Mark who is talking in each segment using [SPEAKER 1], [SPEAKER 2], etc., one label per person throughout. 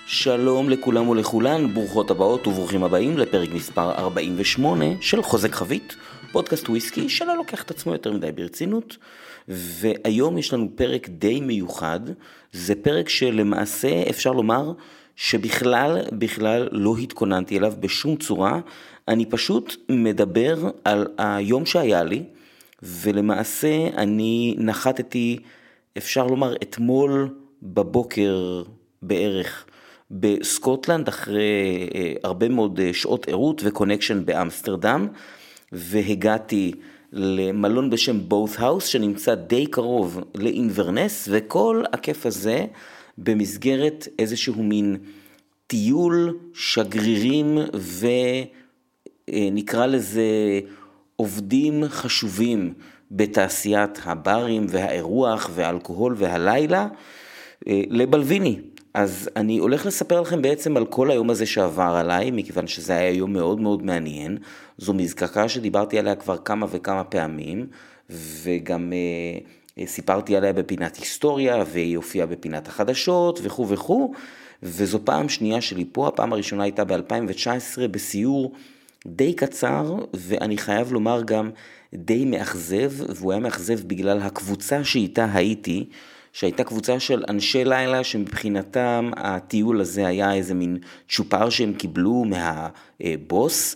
[SPEAKER 1] שלום לכולם ולכולן, ברוכות הבאות וברוכים הבאים לפרק מספר 48 של חוזק חבית, פודקאסט וויסקי שלא לוקח את עצמו יותר מדי ברצינות. והיום יש לנו פרק די מיוחד, זה פרק שלמעשה אפשר לומר שבכלל לא התכוננתי אליו בשום צורה. אני פשוט מדבר על היום שהיה לי, ולמעשה אני נחתתי, אפשר לומר, אתמול בבוקר בערך בסקוטלנד, אחרי הרבה מאוד שעות עירות וקונקשן באמסטרדם, והגעתי למלון בשם Both House שנמצא די קרוב לאינברנס, וכל הכיף הזה במסגרת איזשהו מין טיול שגרירים ונקרא לזה עובדים חשובים בתעשיית הברים והאירוח והאלכוהול והלילה לבלוויני. אז אני הולך לספר לכם בעצם על כל היום הזה שעבר עליי, מכיוון שזה היה יום מאוד מאוד מעניין. זו מזקקה שדיברתי עליה כבר כמה וכמה פעמים, וגם סיפרתי עליה בפינת היסטוריה, והיא הופיעה בפינת החדשות וכו' וכו', וזו פעם שנייה שלי פה. הפעם הראשונה הייתה ב-2019 בסיור די קצר, ואני חייב לומר גם די מאכזב, והוא היה מאכזב בגלל הקבוצה שאיתה הייתי, שהייתה קבוצה של אנשי לילה שמבחינתם הטיול הזה היה איזה מין צ'ופר שהם קיבלו מהבוס,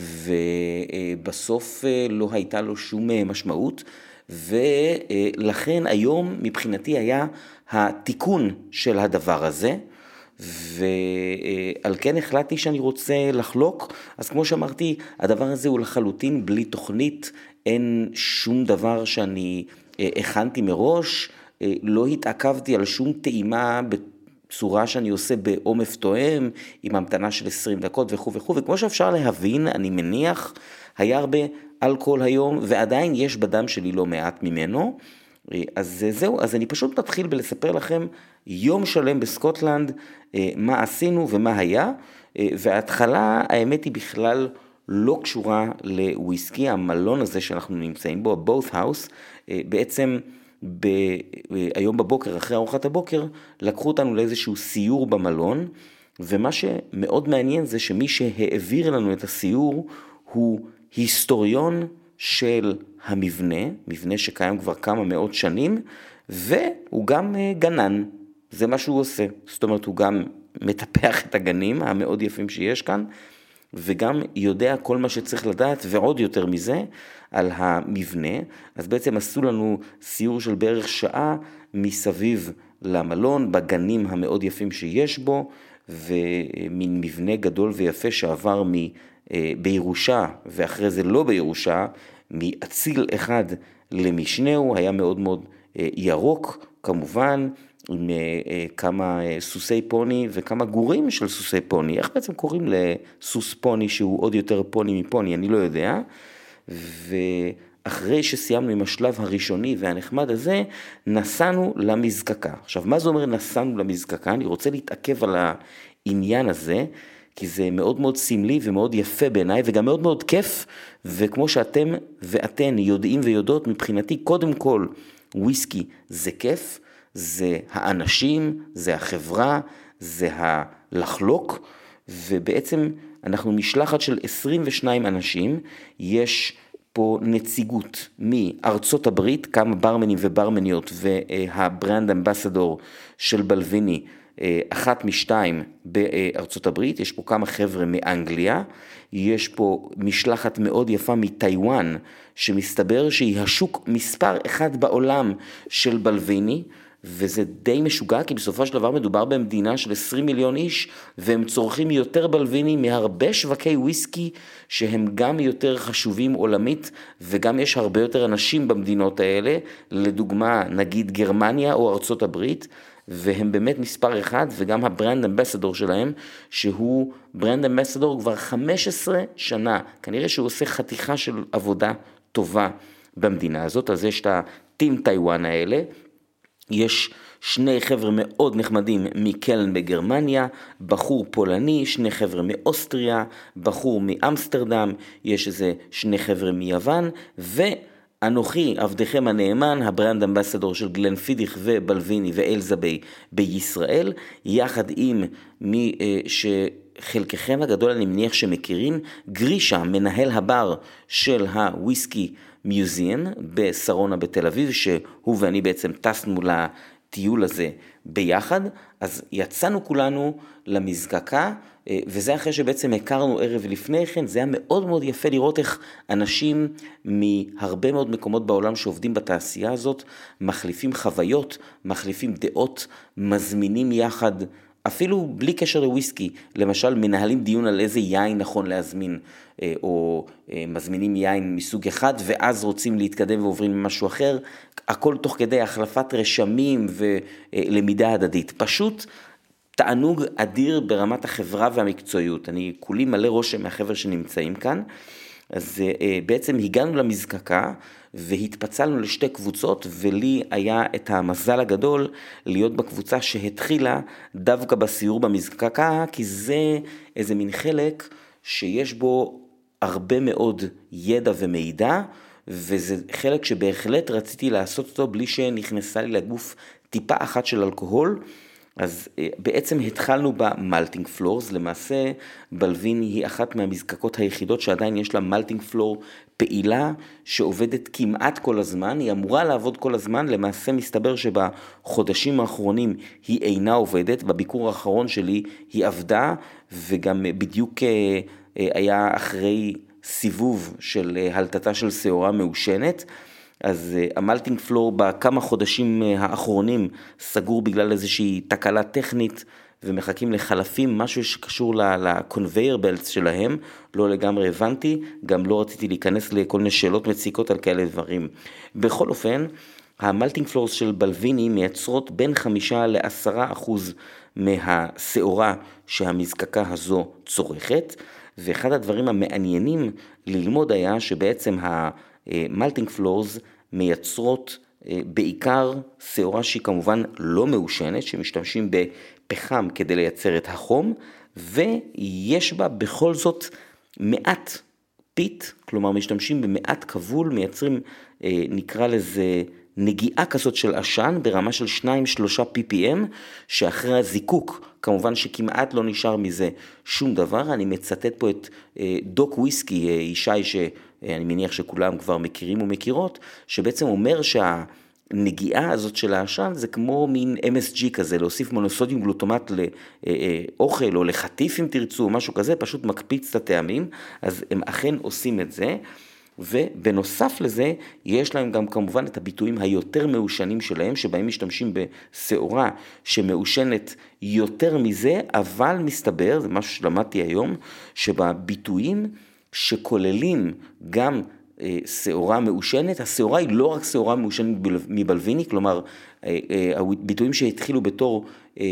[SPEAKER 1] ובסוף לא הייתה לו שום משמעות, ולכן היום מבחינתי היה התיקון של הדבר הזה, ועל כן החלטתי שאני רוצה לחלוק. אז כמו שאמרתי, הדבר הזה הוא לחלוטין בלי תוכנית, אין שום דבר שאני הכנתי מראש, לא התעכבתי על שום טעימה בצורה שאני עושה בעומף תואם, עם המתנה של 20 דקות וכו' וכו', וכמו שאפשר להבין, אני מניח, היה הרבה אלכוהול היום, ועדיין יש בדם שלי לא מעט ממנו. אז זהו, אז אני פשוט מתחיל בלספר לכם יום שלם בסקוטלנד, מה עשינו ומה היה, וההתחלה, האמת היא בכלל לא קשורה לוויסקי. המלון הזה שאנחנו נמצאים בו, ה-Both House, בעצם היום בבוקר, אחרי ארוחת הבוקר, לקחו אותנו לאיזשהו סיור במלון, ומה שמאוד מעניין זה שמי שהעביר לנו את הסיור הוא היסטוריון של המבנה, מבנה שקיים כבר כמה מאות שנים, והוא גם גנן, זה מה שהוא עושה. זאת אומרת, הוא גם מטפח את הגנים המאוד יפים שיש כאן, וגם יודע כל מה שצריך לדעת, ועוד יותר מזה, על המבנה. אז בעצם עשו לנו סיור של בערך שעה מסביב למלון, בגנים המאוד יפים שיש בו, ומין מבנה גדול ויפה שעבר בירושה, ואחרי זה לא בירושה, מאציל אחד למשנהו, היה מאוד מאוד ירוק, כמובן, עם כמה סוסי פוני וכמה גורים של סוסי פוני. איך בעצם קוראים לסוס פוני שהוא עוד יותר פוני מפוני? אני לא יודע. ואחרי שסיימנו עם השלב הראשוני והנחמד הזה, נסענו למזקקה. עכשיו, מה זה אומר נסענו למזקקה? אני רוצה להתעכב על העניין הזה, כי זה מאוד מאוד סמלי ומאוד יפה בעיניי, וגם מאוד מאוד כיף, וכמו שאתם ואתן יודעים ויודעות, מבחינתי קודם כל וויסקי זה כיף, זה האנשים, זה החברה, זה הלחלוק, ובעצם אנחנו משלחת של 22 אנשים, יש פה נציגות מארצות הברית, כמה ברמנים וברמניות, והברנד אמבסדור של בלוויני, אחת משתיים בארצות הברית, יש פה כמה חבר'ה מאנגליה, יש פה משלחת מאוד יפה מטיואן, שמסתבר שהיא השוק מספר אחד בעולם של בלוויני, וזה די משוגע, כי בסופו של דבר מדובר במדינה של 20 מיליון איש, והם צורכים יותר בלוויני מהרבה שווקי וויסקי, שהם גם יותר חשובים עולמית, וגם יש הרבה יותר אנשים במדינות האלה, לדוגמה נגיד גרמניה או ארצות הברית, והם באמת מספר אחד, וגם הברנד אמבסדור שלהם, שהוא ברנד אמבסדור כבר 15 שנה, כנראה שהוא עושה חתיכה של עבודה טובה במדינה הזאת. אז יש את הטים טיואן האלה, יש שני חבר'ה מאוד נחמדים מקלן בגרמניה, בחור פולני, שני חבר'ה מאוסטריה, בחור מאמסטרדם, יש איזה שני חבר'ה מיוון, אנוכי, עבדכם הנאמן, הברנד אמבסדור של גלנפידיך ובלוויני ואלזה בישראל, יחד עם מי שחלקכם הגדול אני מניח שמכירים, גרישה, מנהל הבר של הוויסקי מיוזיאם בשרונה בתל אביב, שהוא ואני בעצם טסנו לטיול הזה ביחד, אז יצאנו כולנו למזקקה, וזה אחרי שבעצם הכרנו ערב לפני כן. זה היה מאוד מאוד יפה לראות איך אנשים מהרבה מאוד מקומות בעולם שעובדים בתעשייה הזאת, מחליפים חוויות, מחליפים דעות, מזמינים יחד, אפילו בלי קשר לוויסקי, למשל מנהלים דיון על איזה יין נכון להזמין, או מזמינים יין מסוג אחד ואז רוצים להתקדם ועוברים למשהו אחר, הכל תוך כדי החלפת רשמים ולמידה הדדית. פשוט תענוג אדיר ברמת החברה והמקצועיות. אני כולי מלא רושם מהחבר שנמצאים כאן. אז בעצם הגענו למזקקה והתפצלנו לשתי קבוצות, ולי היה את המזל הגדול להיות בקבוצה שהתחילה דווקא בסיור במזקקה, כי זה איזה מין חלק שיש בו הרבה מאוד ידע ומידע, וזה חלק שבהחלט רציתי לעשות אותו בלי שנכנסה לי לגוף טיפה אחת של אלכוהול. אז בעצם התחלנו במלטינג פלורס. למעשה בלוויני היא אחת מהמזקקות היחידות שעדיין יש לה מלטינג פלור פעילה שעובדת כמעט כל הזמן. היא אמורה לעבוד כל הזמן, למעשה מסתבר שבחודשים האחרונים היא אינה עובדת. בביקור האחרון שלי היא עבדה, וגם בדיוק היה אחרי סיבוב של הלטתה של שעורה מעושנת. אז המלטינג פלור בכמה חודשים האחרונים סגור בגלל איזושהי תקלה טכנית, ומחכים לחלפים, משהו שקשור לקונבייר בלטס שלהם, לא לגמרי הבנתי, גם לא רציתי להיכנס לכל מיני שאלות מציקות על כאלה דברים. בכל אופן, המלטינג פלורס של בלוויני מייצרות בין 5-10% מהשעורה שהמזקקה הזו צורכת, ואחד הדברים המעניינים ללמוד היה שבעצם המלטינג פלורס מייצרות בעיקר שעורה שהיא כמובן לא מעושנת, שמשתמשים בפחם כדי לייצר את החום, ויש בה בכל זאת מעט פיט, כלומר משתמשים במעט כבול, מייצרים נקרא לזה נגיעה כזאת של עשן ברמה של 2-3 ppm, שאחרי הזיקוק כמובן שכמעט לא נשאר מזה שום דבר. אני מצטט פה את דוק וויסקי, ישי שאני מניח שכולם כבר מכירים ומכירות, שבעצם אומר שהנגיעה הזאת של העשן זה כמו מין MSG כזה, להוסיף מונוסודיום גלוטומט לאוכל או לחטיף אם תרצו, משהו כזה, פשוט מקפיץ את הטעמים. אז הם אכן עושים את זה. ובנוסף לזה יש להם גם כמובן את הביטויים היותר מעושנים שלהם, שבהם משתמשים בשעורה שמעושנת יותר מזה, אבל מסתבר, זה משהו שלמדתי היום, שבביטויים שכוללים גם שעורה מעושנת, השעורה היא לא רק שעורה מעושנת מבלוויני, כלומר הביטויים שהתחילו בתור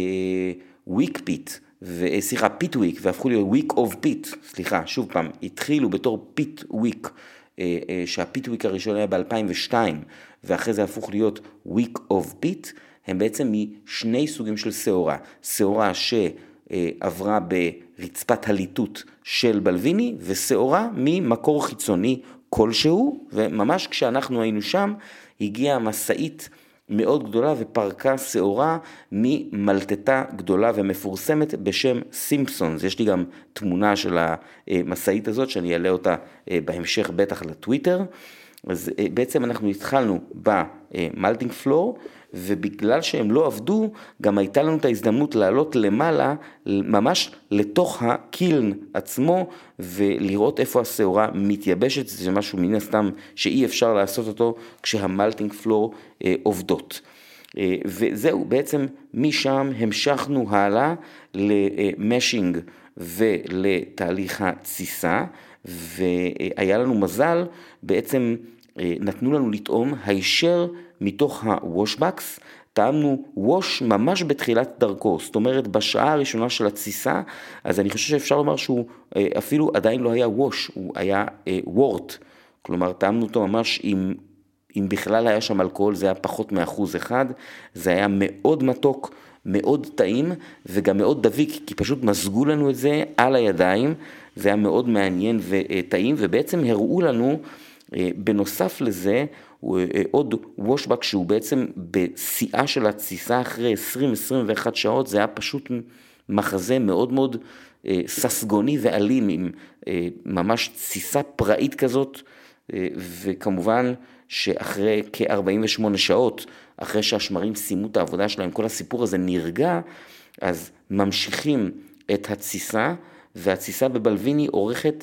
[SPEAKER 1] וויק פיט, פיט וויק, והפכו להיות וויק אוף פיט, שוב פעם, התחילו בתור פיט וויק, שהפיט וויק הראשון היה ב-2002, ואחרי זה הפוך להיות וויק אוף פיט, הם בעצם משני סוגים של שעורה. שעורה שעברה ברצפת הליטות של בלוויני, ושעורה ממקור חיצוני כלשהו, וממש כשאנחנו היינו שם, הגיעה מסעית מאוד גדולה ופרקה שעורה ממלטתה גדולה ומפורסמת בשם סימפסונס. יש לי גם תמונה של המסעית הזאת שאני אעלה אותה בהמשך בטח לטוויטר. אז בעצם אנחנו התחלנו במלטינג פלור, ובגלל שהם לא עבדו, גם הייתה לנו את ההזדמנות לעלות למעלה, ממש לתוך הקילן עצמו, ולראות איפה השעורה מתייבשת. זה משהו מן הסתם שאי אפשר לעשות אותו כשהמלטינג פלור עובדות. וזהו, בעצם משם המשכנו הלאה למשינג ולתהליך התסיסה, והיה לנו מזל, בעצם נתנו לנו לטעום הישר מתוך הוושבקס, טעמנו ווש ממש בתחילת דרכו, זאת אומרת בשעה הראשונה של התסיסה. אז אני חושב שאפשר לומר שהוא אפילו עדיין לא היה ווש, הוא היה וורט, כלומר טעמנו אותו ממש אם בכלל היה שם אלכוהול, זה היה פחות מ1%, זה היה מאוד מתוק, מאוד טעים וגם מאוד דביק, כי פשוט מזגו לנו את זה על הידיים, זה היה מאוד מעניין וטעים, ובעצם הראו לנו בנוסף לזה, עוד וושבק שהוא בעצם בשיאה של התסיסה אחרי 20-21 שעות, זה היה פשוט מחזה מאוד מאוד ססגוני ואלים, עם ממש תסיסה פראית כזאת, וכמובן שאחרי כ-48 שעות, אחרי שהשמרים סיימו את העבודה שלהם, כל הסיפור הזה נרגע, אז ממשיכים את התסיסה, והתסיסה בבלוויני אורכת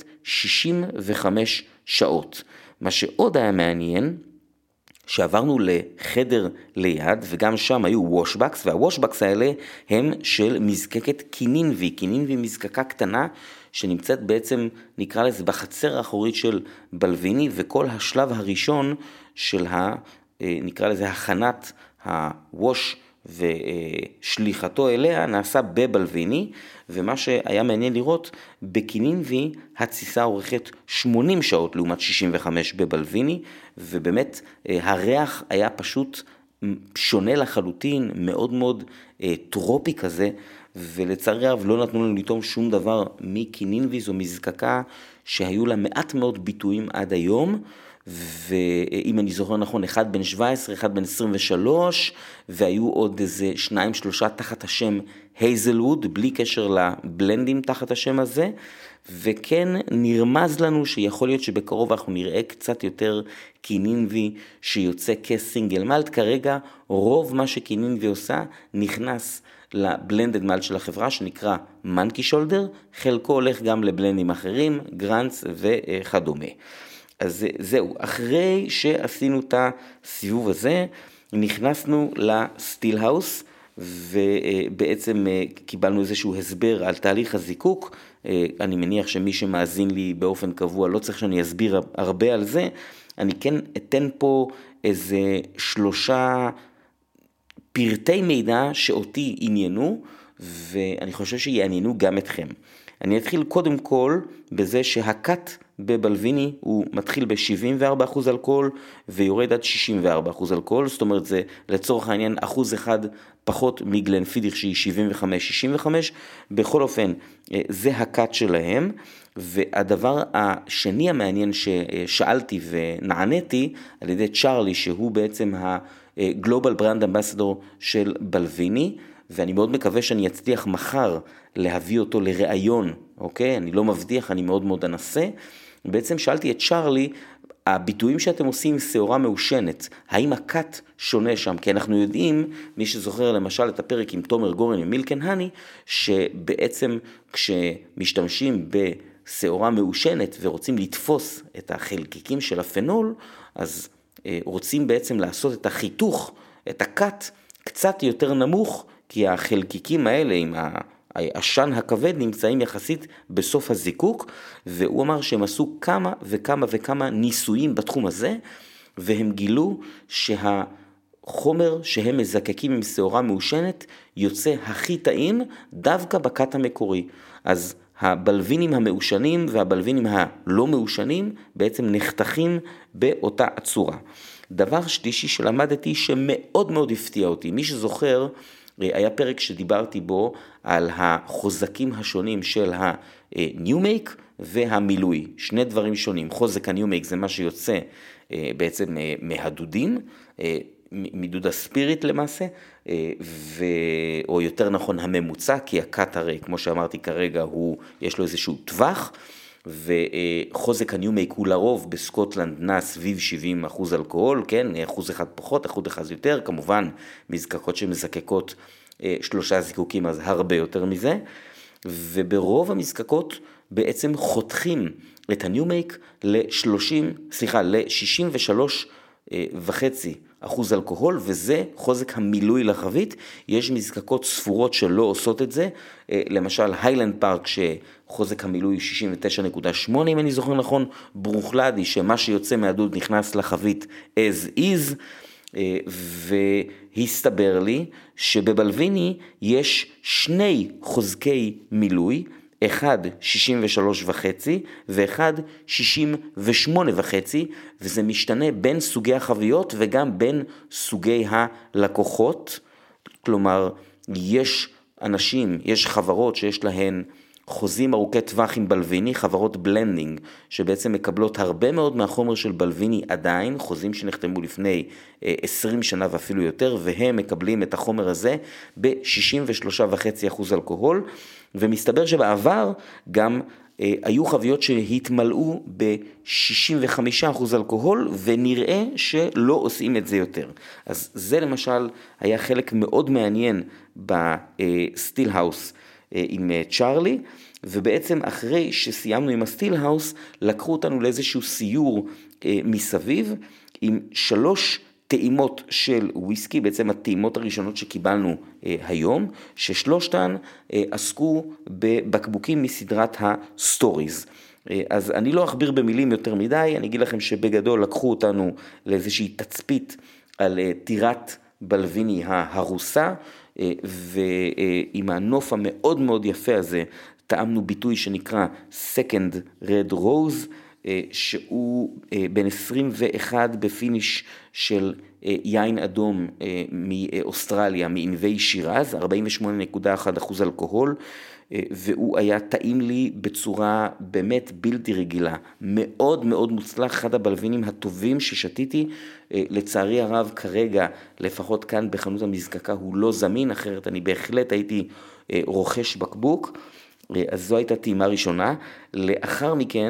[SPEAKER 1] 65 שעות. מה שעוד היה מעניין, שעברנו לחדר ליד, וגם שם היו וושבקס, והוושבקס האלה הם של מזקקת קינינבי. קינינבי מזקקה קטנה, שנמצאת בעצם, נקרא לזה, בחצר האחורית של בלוויני, וכל השלב הראשון של נקרא לזה, הכנת הווש ושליחתו אליה נעשה בבלוויני, ומה שהיה מעניין לראות, בקינינבי התסיסה עורכת 80 שעות לעומת 65 בבלוויני, ובאמת הריח היה פשוט שונה לחלוטין, מאוד מאוד טרופי כזה, ולצערי הרב לא נתנו לנו לטעום שום דבר מקינינבי, זו מזקקה שהיו לה מעט מאוד ביטויים עד היום, ואם אני זוכר נכון, אחד בן 17, אחד בן 23, והיו עוד איזה 2-3 תחת השם הייזלווד, בלי קשר לבלנדים תחת השם הזה, וכן נרמז לנו שיכול להיות שבקרוב אנחנו נראה קצת יותר קינינבי שיוצא כסינגל מלט. כרגע רוב מה שקינינבי עושה נכנס לבלנדד מלט של החברה שנקרא מנקי שולדר, חלקו הולך גם לבלנדים אחרים, גרנץ וכדומה. אז זהו, אחרי שעשינו את הסיבוב הזה, נכנסנו לסטיל האוס, ובעצם קיבלנו איזשהו הסבר על תהליך הזיקוק. אני מניח שמי שמאזין לי באופן קבוע לא צריך שאני אסביר הרבה על זה. אני כן אתן פה איזה 3 פרטי מידע שאותי עניינו, ואני חושב שיעניינו גם אתכם. אני אתחיל קודם כל בזה שהקאט בבלוויני הוא מתחיל ב-74% אלכוהול ויורד עד 64% אלכוהול, זאת אומרת זה לצורך העניין 1% פחות מגלנפידיך שהיא 75-65, בכל אופן זה הקאט שלהם. והדבר השני המעניין ששאלתי ונעניתי על ידי צ'רלי, שהוא בעצם הגלובל ברנד אמבסדור של בלוויני, ואני מאוד מקווה שאני אצליח מחר להביא אותו לראיון, אוקיי? אני לא מבטיח, אני מאוד מאוד אנסה. בעצם שאלתי את צ'רלי, הביטויים שאתם עושים עם שעורה מעושנת, האם הקאט שונה שם? כי אנחנו יודעים, מי שזוכר למשל את הפרק עם תומר גורן ומילקן הני, שבעצם כשמשתמשים בשעורה מעושנת ורוצים לתפוס את החלקיקים של הפנול, אז רוצים בעצם לעשות את החיתוך, את הקאט, קצת יותר נמוך, כי החלקיקים האלה עם העשן הכבד נמצאים יחסית בסוף הזיקוק, והוא אמר שהם עשו כמה וכמה ניסויים בתחום הזה, והם גילו שהחומר שהם מזקקים עם שעורה מעושנת יוצא הכי טעים דווקא בקאט המקורי. אז הבלווינים המעושנים והבלווינים הלא מעושנים בעצם נחתכים באותה הצורה. דבר שלישי שלמדתי שמאוד מאוד הפתיע אותי, מי שזוכר, היה פרק שדיברתי בו על החוזקים השונים של הניומייק והמילוי, 2 דברים שונים. חוזק הניומייק זה מה שיוצא בעצם מהדודים, מדוד הספיריט למעשה, או יותר נכון הממוצע, כי הקאט הרי, כמו שאמרתי כרגע, יש לו איזשהו טווח, וחוזק הניומייק הוא לרוב בסקוטלנד נע סביב 70% אלכוהול, כן, 1% פחות, 1% יותר, כמובן מזקקות שמזקקות 3 זיקוקים, אז הרבה יותר מזה, וברוב המזקקות בעצם חותכים את הניומייק ל-63.5% אלכוהול, וזה חוזק המילוי לחבית. יש מזקקות ספורות שלא עושות את זה, למשל היילנד פארק שחוזק המילוי 69.8 אם אני זוכר נכון, ברוכלדי שמה שיוצא מהדוד נכנס לחבית as is, והסתבר לי שבבלוויני יש 2 חוזקי מילוי, אחד 63.5 ואחד 68.5, וזה משתנה בין סוגי החביות וגם בין סוגי הלקוחות. כלומר, יש חברות שיש להן חוזים ארוכי טווח עם בלוויני, חברות בלנדינג, שבעצם מקבלות הרבה מאוד מהחומר של בלוויני עדיין, חוזים שנחתמו לפני 20 שנה ואפילו יותר, והם מקבלים את החומר הזה ב-63.5% אלכוהול, ומסתבר שבעבר גם היו חביות שהתמלאו ב-65% אלכוהול, ונראה שלא עושים את זה יותר. אז זה למשל היה חלק מאוד מעניין בסטיל האוס עם צ'ארלי, ובעצם אחרי שסיימנו עם הסטיל האוס, לקחו אותנו לאיזשהו סיור מסביב, עם 3 טעימות של וויסקי, בעצם הטעימות הראשונות שקיבלנו היום, ששלושתן עסקו בבקבוקים מסדרת הסטוריז. אז אני לא אכביר במילים יותר מדי, אני אגיד לכם שבגדול לקחו אותנו לאיזושהי תצפית על טירת בלוויני ההרוסה, ועם הנוף המאוד מאוד יפה הזה, טעמנו ביטוי שנקרא Second Red Rose, שהוא בין 21 בפיניש של יין אדום מאוסטרליה, מענבי שירז, 48.1% אלכוהול, והוא היה טעים לי בצורה באמת בלתי רגילה, מאוד מאוד מוצלח, אחד הבלווינים הטובים ששתיתי. לצערי הרב כרגע, לפחות כאן בחנות המזקקה, הוא לא זמין, אחרת אני בהחלט הייתי רוכש בקבוק. אז זו הייתה טעימה ראשונה. לאחר מכן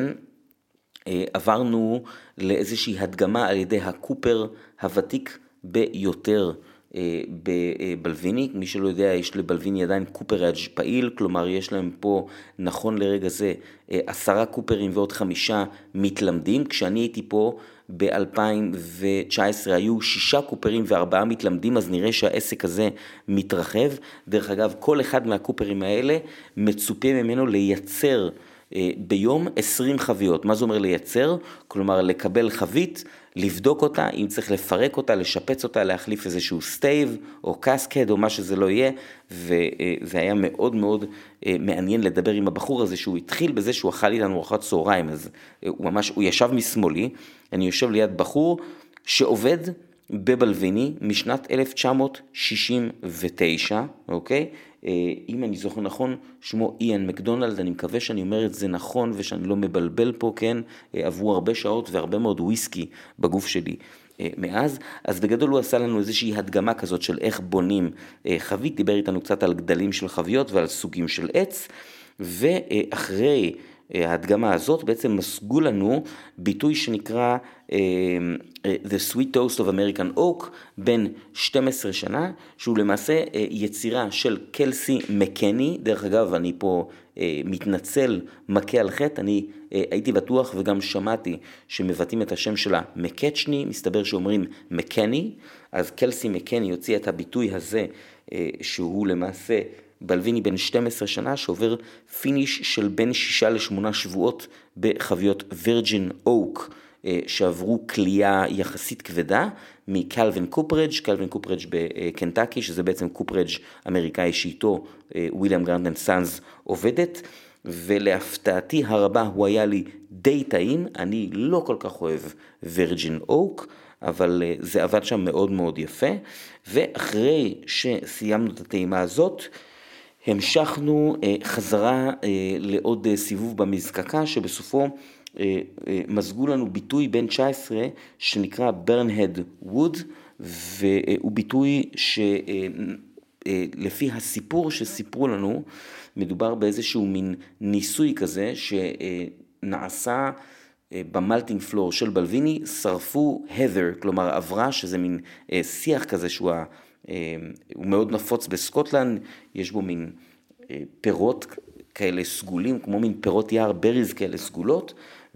[SPEAKER 1] עברנו לאיזושהי הדגמה על ידי הקופר הוותיק ביותר בבלוויני. מי שלא יודע, יש לבלוויני עדיין קופראג' פעיל, כלומר יש להם פה נכון לרגע זה 10 קופרים ועוד 5 מתלמדים. כשאני הייתי פה ב-2019 היו 6 קופרים ו4 מתלמדים, אז נראה שהעסק הזה מתרחב. דרך אגב, כל אחד מהקופרים האלה מצופה ממנו לייצר ביום 20 חביות. מה זה אומר לייצר? כלומר לקבל חבית, לבדוק אותה, אם צריך לפרק אותה, לשפץ אותה, להחליף איזשהו סטייב או קסקד או מה שזה לא יהיה, וזה היה מאוד מאוד מעניין לדבר עם הבחור הזה, שהוא התחיל בזה שהוא אכל איתנו ארוחת צהריים, אז הוא ישב משמאלי, אני יושב ליד בחור שעובד בבלוויני משנת 1969, אוקיי? אם אני זוכר נכון, שמו איאן מקדונלד, אני מקווה שאני אומר את זה נכון ושאני לא מבלבל פה, כן? עברו הרבה שעות והרבה מאוד וויסקי בגוף שלי מאז. אז בגדול הוא עשה לנו איזושהי הדגמה כזאת של איך בונים חבית, דיבר איתנו קצת על גדלים של חביות ועל סוגים של עץ, ואחרי ההדגמה הזאת בעצם מסגו לנו ביטוי שנקרא The Sweet Toast of American Oak, בין 12 שנה, שהוא למעשה יצירה של קלסי מקני. דרך אגב, אני פה מתנצל, מכה על חטא, אני הייתי בטוח וגם שמעתי שמבטאים את השם שלה מקצ'ני, מסתבר שאומרים מקני, אז קלסי מקני יוציא את הביטוי הזה, שהוא למעשה בלוויני בין 12 שנה, שעובר פיניש של בין 6 ל8 שבועות בחביות וירג'ין אוק, שעברו קלייה יחסית כבדה מקלווין קופראג', קלווין קופראג' בקנטקי, שזה בעצם קופראג' אמריקאי שאיתו וויליאם גרנט אנד סאנס עובדת, ולהפתעתי הרבה הוא היה לי די טעים. אני לא כל כך אוהב וירג'ין אוק, אבל זה עבד שם מאוד מאוד יפה. ואחרי שסיימנו את הטעימה הזאת, המשכנו חזרה לעוד סיבוב במזקקה, שבסופו מזגו לנו ביטוי בין 19 שנקרא ברנהד ווד, והוא ביטוי שלפי הסיפור שסיפרו לנו, מדובר באיזשהו מין ניסוי כזה שנעשה במלטינג פלור של בלוויני. שרפו heather, כלומר אברה, שזה מין שיח כזה שהוא מאוד נפוץ בסקוטלנד, יש בו מין פירות כאלה סגולים, כמו מין פירות יער, בריז כאלה סגולות,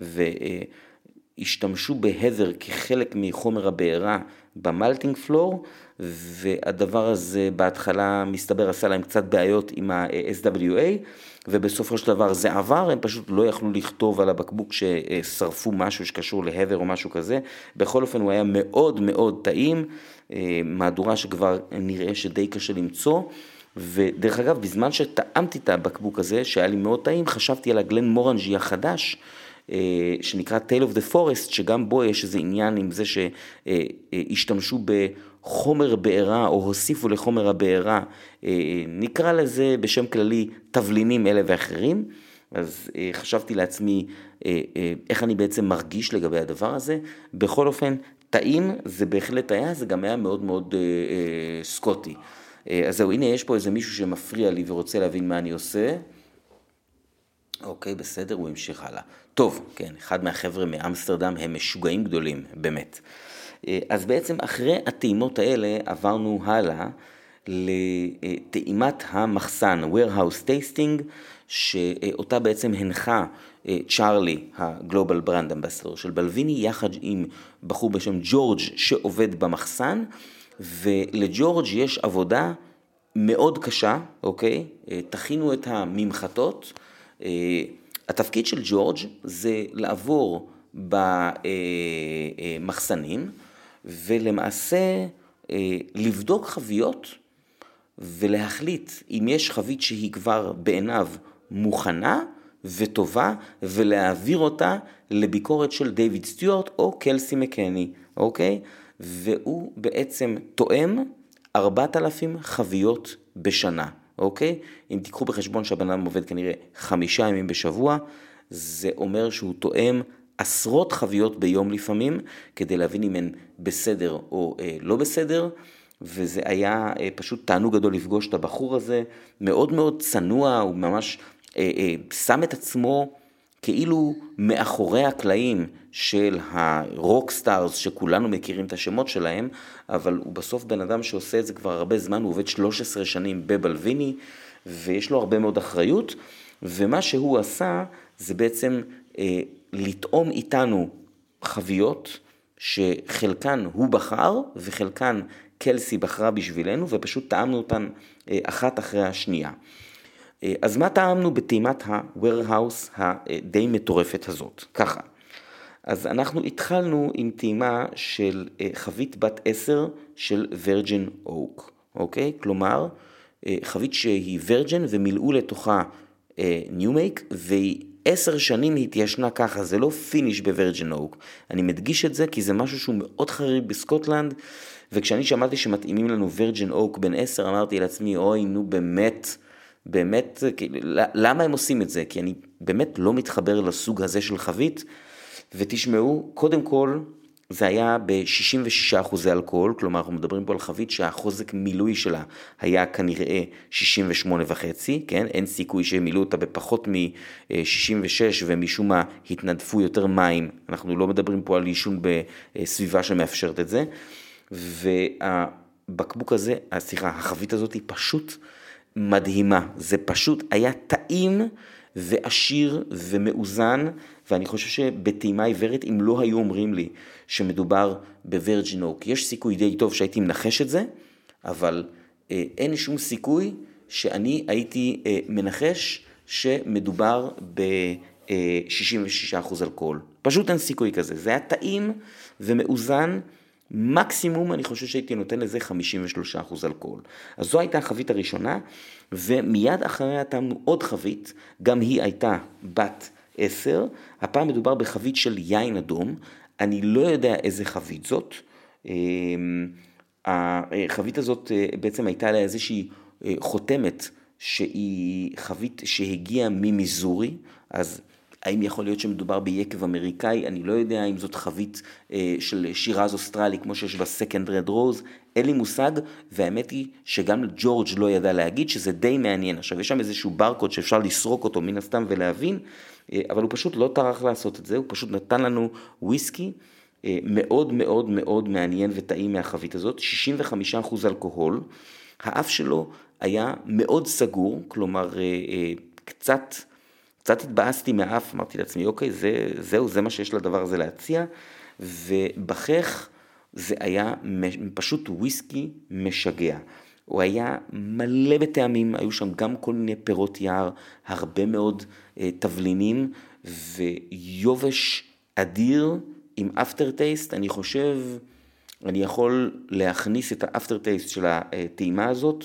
[SPEAKER 1] והשתמשו בהדר כחלק מחומר הבעירה במלטינג פלור, והדבר הזה בהתחלה מסתבר עשה להם קצת בעיות עם ה-SWA, ובסופו של דבר זה עבר, הם פשוט לא יכלו לכתוב על הבקבוק ששרפו משהו שקשור להדר או משהו כזה. בכל אופן הוא היה מאוד מאוד טעים, מהדורה שכבר נראה שדי קשה למצוא. ודרך אגב, בזמן שטעמתי את הבקבוק הזה, שהיה לי מאוד טעים, חשבתי על הגלן מורנג'י החדש, שנקרא Tale of the Forest, שגם בו יש איזה עניין עם זה שהשתמשו בחומר בעירה, או הוסיפו לחומר הבעירה, נקרא לזה בשם כללי תבלינים אלה ואחרים. אז חשבתי לעצמי איך אני בעצם מרגיש לגבי הדבר הזה. בכל אופן, טעים זה בהחלט היה, זה גם היה מאוד מאוד סקוטי. אז זהו, הנה יש פה איזה מישהו שמפריע לי ורוצה להבין מה אני עושה. אוקיי, בסדר, הוא המשיך הלאה. טוב, כן, אחד מהחבר'ה מאמסטרדם הם משוגעים גדולים, באמת. אז בעצם אחרי הטעימות האלה עברנו הלאה לטעימת המחסן, warehouse tasting, שאותה בעצם הנחה צ'ארלי, הגלובל ברנד אמבסדור של בלוויני, יחד עם בחור בשם ג'ורג' שעובד במחסן, ולג'ורג' יש עבודה מאוד קשה, אוקיי? תכינו את הממחטות. התפקיד של ג'ורג' זה לעבור במחסנים, ולמעשה לבדוק חביות, ולהחליט אם יש חבית שהיא כבר בעיניו מוכנה וטובה, ולהעביר אותה לביקורת של דיוויד סטיוארט או קלסי מקני, אוקיי? והוא בעצם תואם 4,000 חביות בשנה, אוקיי? אם תיקחו בחשבון שהבן אדם עובד כנראה 5 ימים בשבוע, זה אומר שהוא תואם עשרות חביות ביום לפעמים, כדי להבין אם הן בסדר או לא בסדר, וזה היה פשוט תענוג גדול לפגוש את הבחור הזה, מאוד מאוד צנוע, הוא ממש שם את עצמו כאילו מאחורי הקלעים של הרוקסטארס, שכולנו מכירים את השמות שלהם, אבל הוא בסוף בן אדם שעושה את זה כבר הרבה זמן, הוא עובד 13 שנים בבלוויני, ויש לו הרבה מאוד אחריות, ומה שהוא עשה זה בעצם לטעום איתנו חביות, שחלקן הוא בחר, וחלקן קלסי בחרה בשבילנו, ופשוט טעמנו אותן אחת אחרי השנייה. אז מה טעמנו בטעימת ה-warehouse הדי מטורפת הזאת? ככה. אז אנחנו התחלנו עם טעימה של חבית בת 10 של וירג'ין אוק, אוקיי? כלומר, חבית שהיא וירג'ין ומילאו לתוכה ניו מייק, והיא 10 שנים התיישנה ככה, זה לא פיניש בווירג'ין אוק. אני מדגיש את זה כי זה משהו שהוא מאוד חריג בסקוטלנד, וכשאני שמעתי שמתאימים לנו וירג'ין אוק בן 10, אמרתי לעצמי, אוי, נו באמת, למה הם עושים את זה? כי אני באמת לא מתחבר לסוג הזה של חבית, ותשמעו, קודם כל, זה היה ב-66% אלכוהול, כלומר אנחנו מדברים פה על חבית שהחוזק מילוי שלה היה כנראה 68.5, כן? אין סיכוי שהם מילאו אותה בפחות מ-66 ומשום מה התנדפו יותר מים, אנחנו לא מדברים פה על עישון בסביבה שמאפשרת את זה, והבקבוק הזה, החבית הזאת היא פשוט מדהימה, זה פשוט היה טעים ועשיר ומאוזן, ואני חושב שבטעימה עיוורת, אם לא היו אומרים לי שמדובר בווירג'ין אוק, יש סיכוי די טוב שהייתי מנחש את זה, אבל אין שום סיכוי שאני הייתי מנחש שמדובר ב-66% אלכוהול. פשוט אין סיכוי כזה, זה היה טעים ומאוזן, מקסימום אני חושב שהייתי נותן לזה 53% אלכוהול. אז זו הייתה החבית הראשונה, ומיד אחריה טעמנו עוד חבית, גם היא הייתה בת 10, הפעם מדובר בחבית של יין אדום, אני לא יודע איזה חבית זאת, החבית הזאת בעצם הייתה לה איזושהי חותמת, שהיא חבית שהגיעה ממיזורי, אז האם יכול להיות שמדובר ביקב אמריקאי, אני לא יודע אם זאת חבית של שירז אוסטרלי, כמו שיש בסקנד רד רוז, אין לי מושג, והאמת היא שגם ג'ורג' לא ידע להגיד שזה די מעניין. עכשיו יש שם איזשהו ברקוד שאפשר לסרוק אותו מן הסתם ולהבין, אבל הוא פשוט לא טרח לעשות את זה, הוא פשוט נתן לנו וויסקי מאוד מאוד מאוד מעניין וטעים מהחבית הזאת, 65% אלכוהול, האף שלו היה מאוד סגור, כלומר קצת התבאסתי מהאף, אמרתי לעצמי, אוקיי, זה מה שיש לדבר הזה להציע, ובכך זה היה פשוט וויסקי משגע. הוא היה מלא בטעמים, היו שם גם כל מיני פירות יער, הרבה מאוד תבלינים, ויובש אדיר עם אפטר טייסט. אני חושב, אני יכול להכניס את האפטר טייסט של הטעימה הזאת,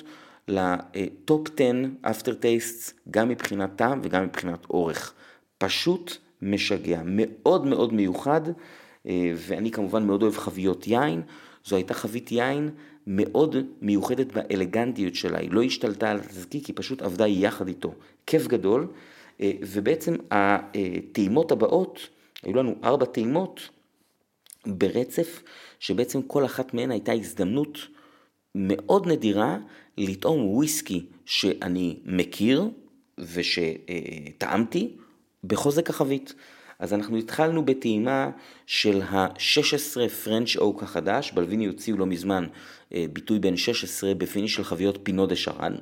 [SPEAKER 1] לטופ 10 אפטר טייסט, גם מבחינת טעם וגם מבחינת אורך. פשוט משגע, מאוד מאוד מיוחד, ואני כמובן מאוד אוהב חביות יין. זו הייתה חבית יין מאוד מיוחדת באלגנטיות שלה, היא לא השתלטה על התזקיק, היא פשוט עבדה יחד איתו. כיף גדול, ובעצם הטעימות הבאות, היו לנו 4 טעימות ברצף, שבעצם כל אחת מהן הייתה הזדמנות מאוד נדירה לטעום וויסקי שאני מכיר ושטעמתי בחוזק החבית. אז אנחנו התחלנו בטעימה של ה-16 פרנץ' אוק החדש, בלוויני הוציאו לא מזמן ביטוי בין 16 בפיניש של חביות פינו דה שרן,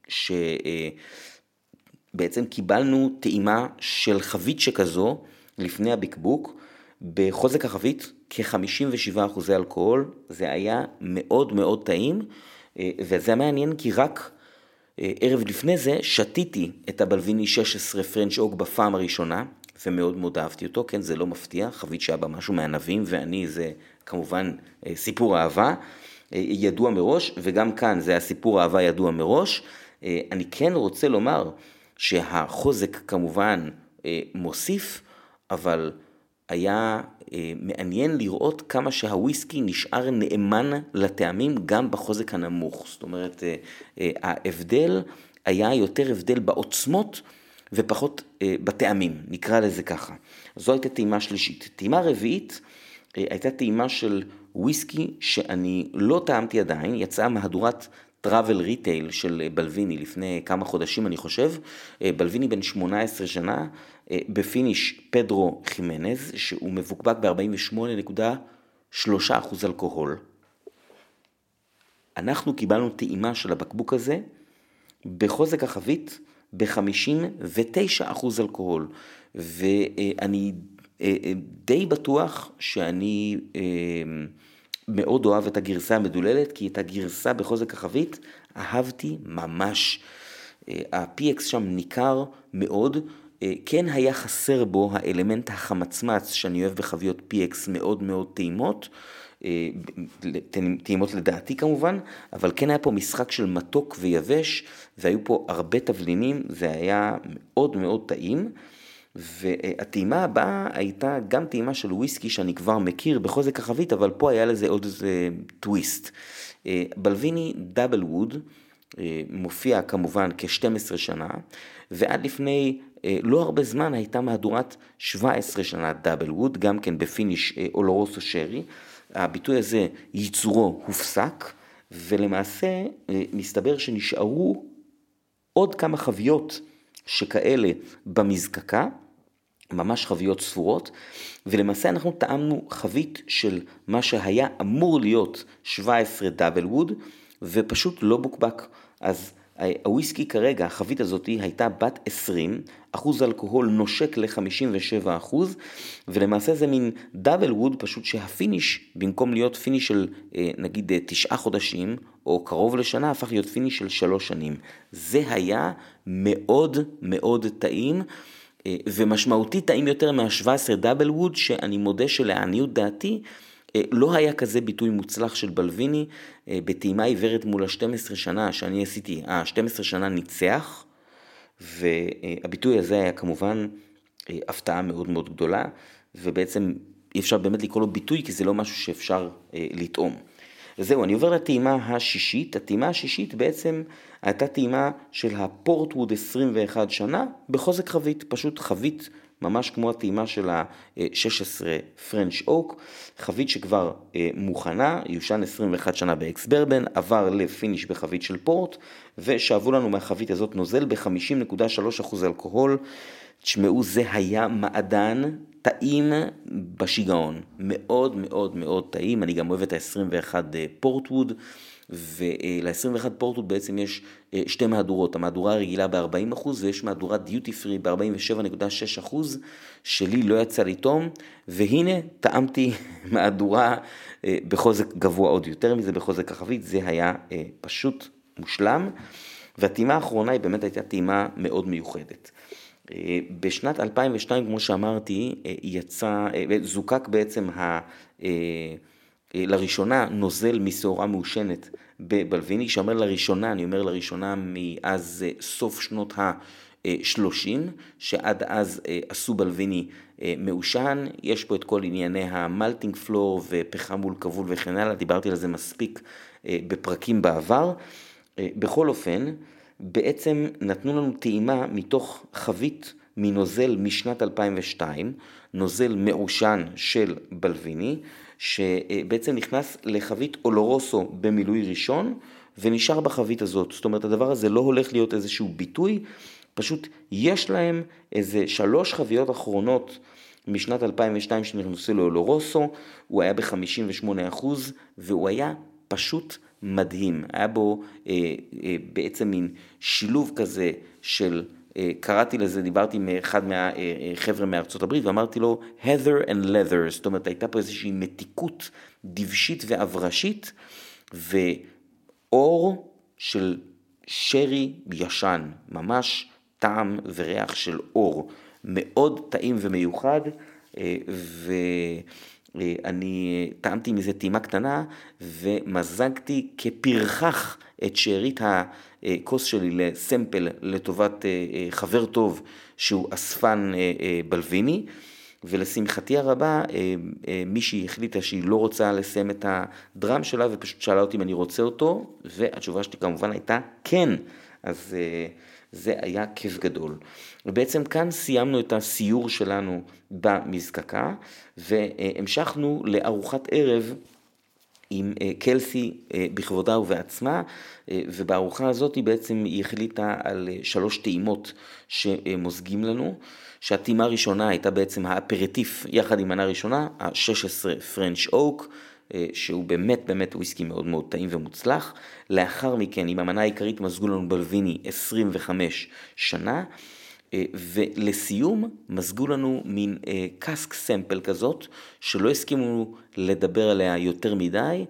[SPEAKER 1] שבעצם קיבלנו טעימה של חבית שכזו לפני הבקבוק, בחוזק החבית כ-57% אלכוהול, זה היה מאוד מאוד טעים, וזה מעניין כי רק ערב לפני זה שתיתי את הבלוויני 16 פרנץ' אוק בפעם הראשונה, ומאוד מאוד אהבתי אותו, כן, זה לא מפתיע, חבית שהיה בה משהו מענבים, ואני זה כמובן סיפור אהבה, ידוע מראש, וגם כאן זה הסיפור אהבה ידוע מראש. אני כן רוצה לומר שהחוזק כמובן מוסיף, אבל היה מעניין לראות כמה שהוויסקי נשאר נאמן לטעמים גם בחוזק הנמוך. זאת אומרת, ההבדל היה יותר הבדל בעוצמות ופחות בטעמים, נקרא לזה ככה. זו הייתה טעימה שלישית. טעימה רביעית הייתה טעימה של וויסקי שאני לא טעמתי עדיין, יצאה מהדורת טראבל ריטייל של בלוויני לפני כמה חודשים אני חושב, בלוויני בן 18 שנה, בפיניש פדרו חימנז, שהוא מבוקבק ב-48.3% אלכוהול. אנחנו קיבלנו טעימה של הבקבוק הזה בחוזק החבית ב-59% אלכוהול, ואני די בטוח שאני מאוד אוהב את הגרסה המדוללת, כי את הגרסה בחוזק החבית אהבתי ממש. ה-PX שם ניכר מאוד, כן היה חסר בו האלמנט החמצמץ שאני אוהב בחביות PX מאוד מאוד טעימות, טעימות לדעתי כמובן, אבל כן היה פה משחק של מתוק ויבש, והיו פה הרבה תבלינים, זה היה מאוד מאוד טעים. והטעימה הבאה הייתה גם טעימה של וויסקי שאני כבר מכיר בחוזק החבית, אבל פה היה לזה עוד איזה טוויסט. בלוויני דאבל ווד מופיע כמובן כ-12 שנה, ועד לפני לא הרבה זמן הייתה מהדורת 17 שנה דאבל ווד, גם כן בפיניש אולורוסו שרי. הביטוי הזה ייצורו הופסק, ולמעשה מסתבר שנשארו עוד כמה חביות שכאלה במזקקה, ממש חביות ספורות, ולמעשה אנחנו טעמנו חבית של מה שהיה אמור להיות 17 דאבל ווד, ופשוט לא בוקבק. אז הוויסקי כרגע, החבית הזאת הייתה בת 20, אחוז אלכוהול נושק ל-57%, ולמעשה זה מין דאבל ווד, פשוט שהפיניש, במקום להיות פיניש של נגיד 9 חודשים, או קרוב לשנה, הפך להיות פיניש של 3 שנים. זה היה מאוד מאוד טעים, ומשמעותי טעים יותר מה-17 דאבל ווד, שאני מודה שלעניות דעתי, לא היה כזה ביטוי מוצלח של בלוויני, בטעימה עיוורת מול ה-12 שנה שאני עשיתי, ה-12 שנה ניצח, והביטוי הזה היה כמובן הפתעה מאוד מאוד גדולה, ובעצם אי אפשר באמת לקרוא לו ביטוי, כי זה לא משהו שאפשר לטעום. וזהו, אני עובר לטעימה השישית. הטעימה השישית בעצם הייתה טעימה של הפורטווד 21 שנה בחוזק חבית, פשוט חבית ממש כמו הטעימה של ה-16 פרנץ' אוק, חבית שכבר מוכנה, יושן 21 שנה באקס ברבן, עבר לפיניש בחבית של פורט, ושאבו לנו מהחבית הזאת נוזל ב-50.3% אלכוהול. תשמעו, זה היה מעדן טעים בשיגעון, מאוד מאוד מאוד טעים. אני גם אוהב את ה-21 פורטווד, ול-21 פורטווד בעצם יש שתי מהדורות, המהדורה הרגילה ב-40% ויש מהדורה דיוטי פרי ב-47.6%, שלי לא יצא לטעום, והנה טעמתי מהדורה בחוזק גבוה עוד יותר מזה, בחוזק החבית. זה היה פשוט מושלם, והטעימה האחרונה היא באמת הייתה טעימה מאוד מיוחדת. בשנת 2002, כמו שאמרתי, זוקק בעצם לראשונה נוזל משעורה מעושנת בבלוויני, שאומר לראשונה, אני אומר לראשונה מאז סוף שנות ה-30, שעד אז עשו בלוויני מעושן, יש פה את כל ענייני המלטינג פלור ופחם מול כבול וכן הלאה, דיברתי על זה מספיק בפרקים בעבר. בכל אופן, בעצם נתנו לנו טעימה מתוך חבית מנוזל משנת 2002, נוזל מעושן של בלוויני, שבעצם נכנס לחבית אולורוסו במילוי ראשון, ונשאר בחבית הזאת. זאת אומרת, הדבר הזה לא הולך להיות איזשהו ביטוי, פשוט יש להם איזה 3 חביות אחרונות משנת 2002 שנכנסו לאולורוסו, הוא היה ב-58% והוא היה פשוט מדהים. היה בו בעצם מין שילוב כזה של, קראתי לזה, דיברתי עם אחד מהחבר'ה מארצות הברית ואמרתי לו heather and leather, זאת אומרת הייתה פה איזושהי מתיקות דבשית ועברשית ואור של שרי ישן, ממש טעם וריח של אור, מאוד טעים ומיוחד, ואני טעמתי מזה טעימה קטנה ומזגתי כפרחח את שארית הכוס שלי לסמפל לטובת חבר טוב שהוא אספן בלוויני, ולשמחתי הרבה מישהי החליטה שהיא לא רוצה לסיים את הדרם שלה ופשוט שאלה אותי אם אני רוצה אותו, והתשובה שלי כמובן הייתה כן. אז זה היה כיף גדול. ובעצם כאן סיימנו את הסיור שלנו במזקקה, והמשכנו לארוחת ערב עם קלסי בכבודה ובעצמה, ובארוחה הזאת בעצם היא החליטה על 3 טעימות שמוזגים לנו, שהטעימה הראשונה הייתה בעצם האפרטיף יחד עם מנה ראשונה, ה-16 פרנץ' אוק, שהוא באמת וויסקי מאוד מאוד טעים ומוצלח. לאחר מכן עם המנה העיקרית מזגו לנו בלוויני 25 שנה, ולסיום מזגו לנו מין קאסק סמפל כזאת שלא הסכימו לדבר עליה יותר מדי,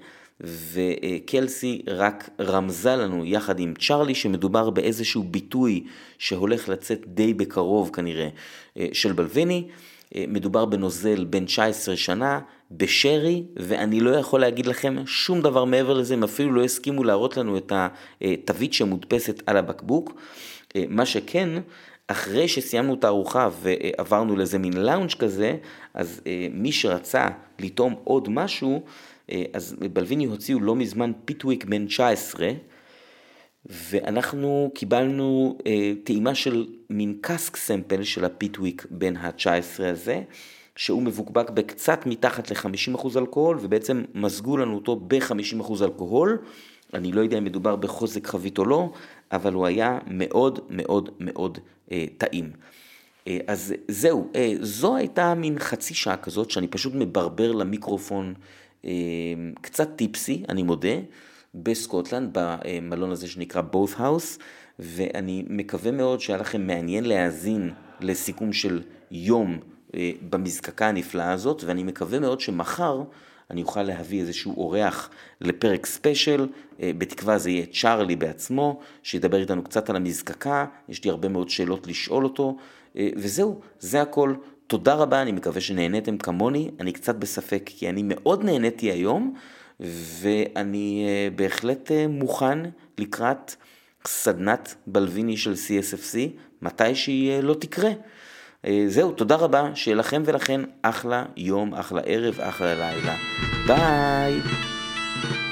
[SPEAKER 1] וקלסי רק רמזה לנו יחד עם צ'רלי שמדובר באיזשהו ביטוי שהולך לצאת די בקרוב כנראה של בלוויני. מדובר בנוזל בן 19 שנה, בשרי, ואני לא יכול להגיד לכם שום דבר מעבר לזה, הם אפילו לא הסכימו להראות לנו את התווית שמודפסת על הבקבוק. מה שכן, אחרי שסיימנו את הארוחה ועברנו לזה מין לאונג' כזה, אז מי שרצה לטעום עוד משהו, אז בלוויני הוציאו לא מזמן פיטוויק בן 19, ואנחנו קיבלנו טעימה של מין קאסק סמפל של הפיטוויק בן ה-19 הזה, שהוא מבוקבק בקצת מתחת ל-50% אלכוהול, ובעצם מזגו לנו אותו ב-50% אלכוהול. אני לא יודע אם מדובר בחוזק חבית או לא, אבל הוא היה מאוד מאוד מאוד טעים. אז זהו, זו הייתה מין חצי שעה כזאת, שאני פשוט מברבר למיקרופון, קצת טיפסי, אני מודה, בסקוטלנד, במלון הזה שנקרא Both House, ואני מקווה מאוד שהיה לכם מעניין להאזין לסיכום של יום במזקקה הנפלאה הזאת, ואני מקווה מאוד שמחר אני אוכל להביא איזשהו אורח לפרק ספיישל, בתקווה זה יהיה צ'רלי בעצמו, שידבר איתנו קצת על המזקקה, יש לי הרבה מאוד שאלות לשאול אותו, וזהו, זה הכל. תודה רבה, אני מקווה שנהניתם כמוני, אני קצת בספק כי אני מאוד נהניתי היום, ואני בהחלט מוכן לקראת סדנת בלוויני של CSFC, מתי שהיא לא תקרה. זהו, תודה רבה, שיהיה לכם ולכן אחלה יום, אחלה ערב, אחלה לילה. ביי!